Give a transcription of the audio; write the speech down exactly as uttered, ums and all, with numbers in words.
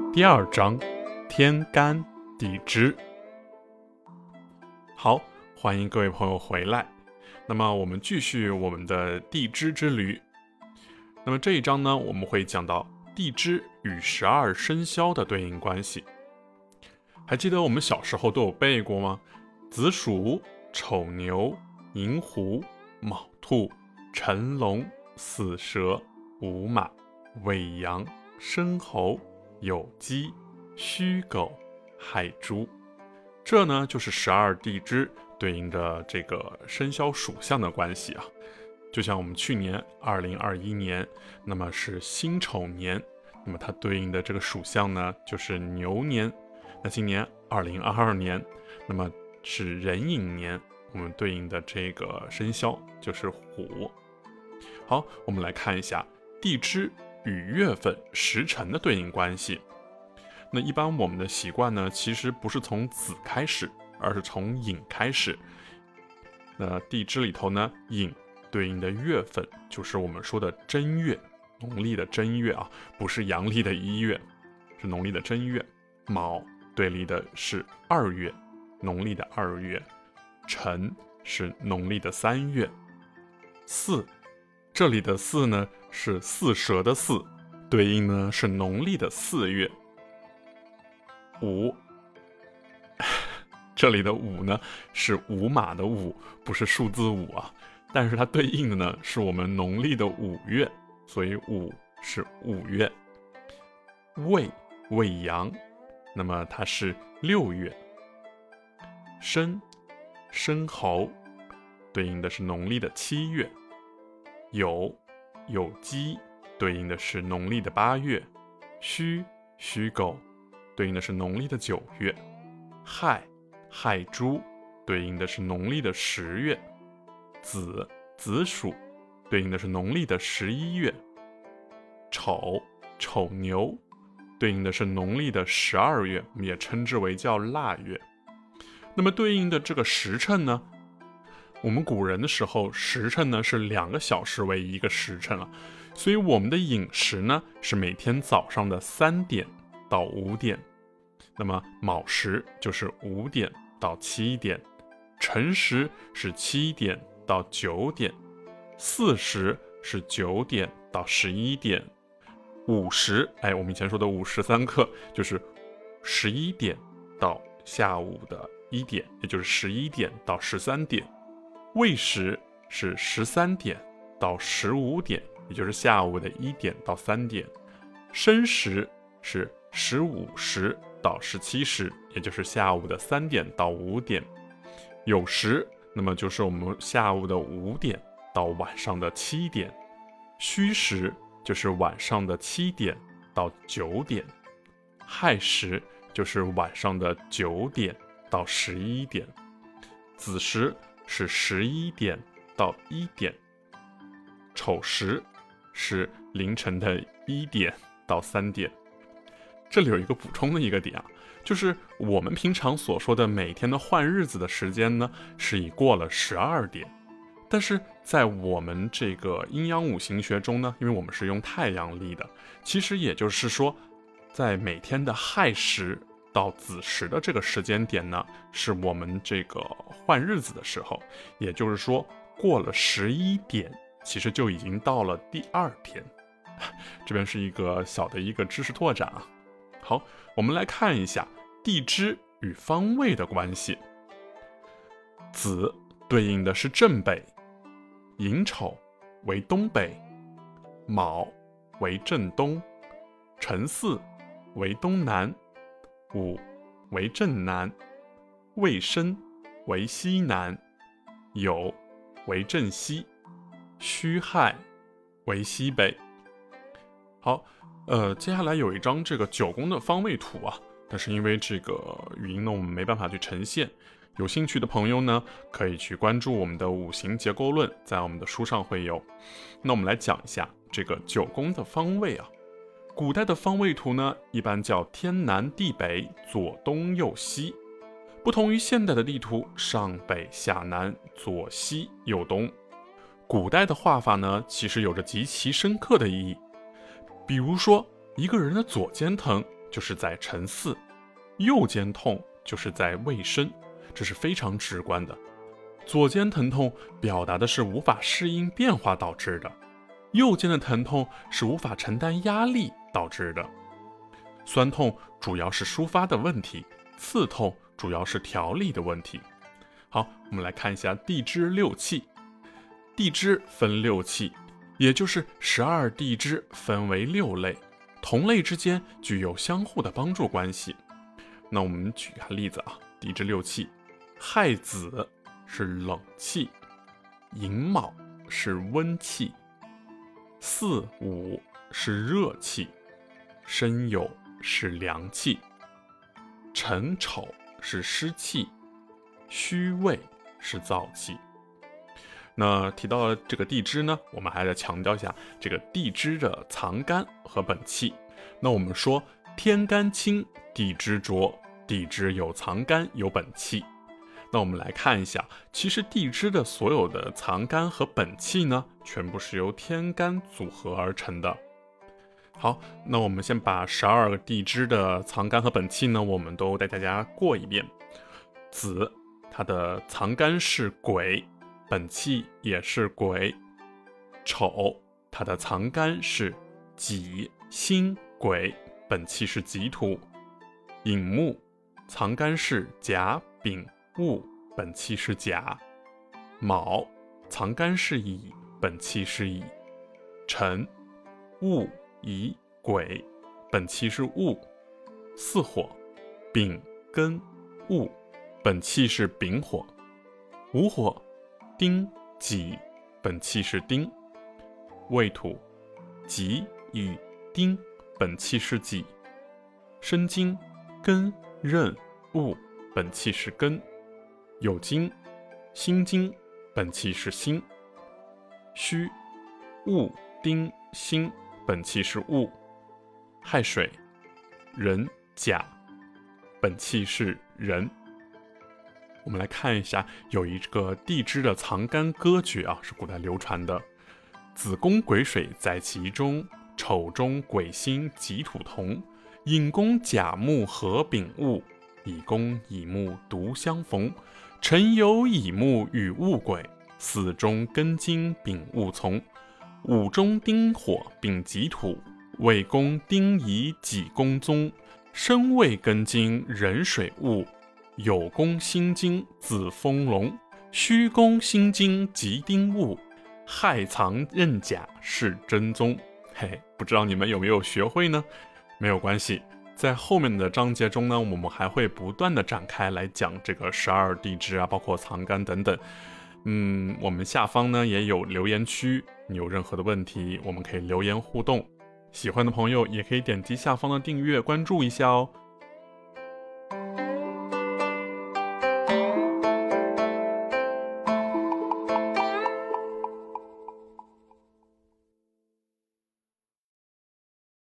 第二章，天干地支。好，欢迎各位朋友回来。那么我们继续我们的地支之旅。那么这一章呢，我们会讲到地支与十二生肖的对应关系。还记得我们小时候都有背过吗？子鼠、丑牛、寅虎、卯兔、辰龙、巳蛇、午马、未羊、申猴、酉鸡、戌狗、亥猪。这呢就是十二地支对应的这个生肖属相的关系啊。就像我们去年二零二一年，那么是辛丑年，那么它对应的这个属相呢就是牛年。那今年二零二二年，那么是壬寅年，我们对应的这个生肖就是虎。好，我们来看一下地支与月份、时辰的对应关系。那一般我们的习惯呢，其实不是从子开始，而是从寅开始。那地支里头呢，寅对应的月份就是我们说的正月，农历的正月啊，不是阳历的一月，是农历的正月。卯对立的是二月，农历的二月。辰是农历的三月。巳，这里的巳呢是巳蛇的巳，对应呢是农历的四月。午，这里的午呢是午马的午，不是数字五啊，但是它对应的呢是我们农历的五月，所以午是五月。未，未羊，那么它是六月。申，申猴，对应的是农历的七月。酉，酉鸡，对应的是农历的八月。戌，戌狗，对应的是农历的九月。亥，亥猪，对应的是农历的十月。子，子鼠，对应的是农历的十一月。丑，丑牛，对应的是农历的十二月，我们也称之为叫腊月。那么对应的这个时辰呢，我们古人的时候时辰呢是两个小时为一个时辰了，所以我们的饮食呢是每天早上的三点到五点。那么卯时就是五点到七点，辰时是七点到九点，巳时是九点到十一点，午时，哎，我们以前说的午时三刻就是十一点到下午的一点，也就是十一点到十三点。未时是十三点到十五点，也就是下午的一点到三点。申时是十五时到十七时，也就是下午的三点到五点。酉时，那么就是我们下午的五点到晚上的七点。戌时就是晚上的七点到九点。亥时就是晚上的九点到十一点。子时是十一点到一点。丑时是凌晨的一点到三点。这里有一个补充的一个点啊，就是我们平常所说的每天的换日子的时间呢，是已过了十二点。但是在我们这个阴阳五行学中呢，因为我们是用太阳历的，其实也就是说，在每天的亥时到子时的这个时间点呢，是我们这个换日子的时候，也就是说过了十一点，其实就已经到了第二天。这边是一个小的一个知识拓展啊。好，我们来看一下地支与方位的关系。子对应的是正北，寅丑为东北，卯为正东，辰巳为东南，午为正南，未申为西南，酉为正西，戌亥为西北。好，呃，接下来有一张这个九宫的方位图啊，但是因为这个语音呢，我们没办法去呈现。有兴趣的朋友呢，可以去关注我们的五行结构论，在我们的书上会有。那我们来讲一下这个九宫的方位啊。古代的方位图呢，一般叫天南地北，左东右西，不同于现代的地图上北下南，左西右东。古代的画法呢，其实有着极其深刻的意义。比如说，一个人的左肩疼， 就是在辰巳，右肩痛就是在未申，这是非常直观的。左肩疼痛表达的是无法适应变化导致的，右肩的疼痛是无法承担压力导致的。酸痛主要是抒发的问题，刺痛主要是调理的问题。好，我们来看一下地支六气。地支分六气，也就是十二地支分为六类，同类之间具有相互的帮助关系。那我们举个例子啊，地支六气，亥子是冷气，寅卯是温气，巳午是热气，申酉是凉气，辰丑是湿气，戌未是燥气。那提到了这个地支呢，我们还得强调一下这个地支的藏干和本气。那我们说天干清，地支浊，地支有藏干有本气。那我们来看一下，其实地支的所有的藏干和本气呢，全部是由天干组合而成的。好，那我们先把十二个地支的藏干和本气呢，我们都带大家过一遍。子，它的藏干是癸，本气也是癸。丑，它的藏干是己辛癸，本气是己土。寅木，藏干是甲丙戊，本气是甲。卯，藏干是乙，本气是乙。辰，戊乙癸，本气是戊。巳火，丙庚戊，本气是丙火。午火，丁己，本气是丁。未土，己乙丁，本气是己。申金庚壬戊，本气是庚。酉金辛金，本气是辛。戌戊丁辛，本气是戊。亥水壬甲，本气是壬。我们来看一下，有一个地支的藏干歌诀啊，是古代流传的。子宫癸水在其中，丑中癸辛己土同。寅宫甲木合丙戊，乙宫乙木独相逢。辰酉乙木与戊癸，巳中庚金丙戊从。午中丁火丙己土，未宫丁乙己宫宗。申未庚金壬水戊，酉宫辛金子丰龙。戌宫辛金吉丁戊，亥藏壬甲是真宗。嘿，不知道你们有没有学会呢？没有关系，在后面的章节中呢，我们还会不断的展开来讲这个十二地支啊，包括藏干等等。嗯，我们下方呢也有留言区，你有任何的问题，我们可以留言互动。喜欢的朋友也可以点击下方的订阅关注一下哦。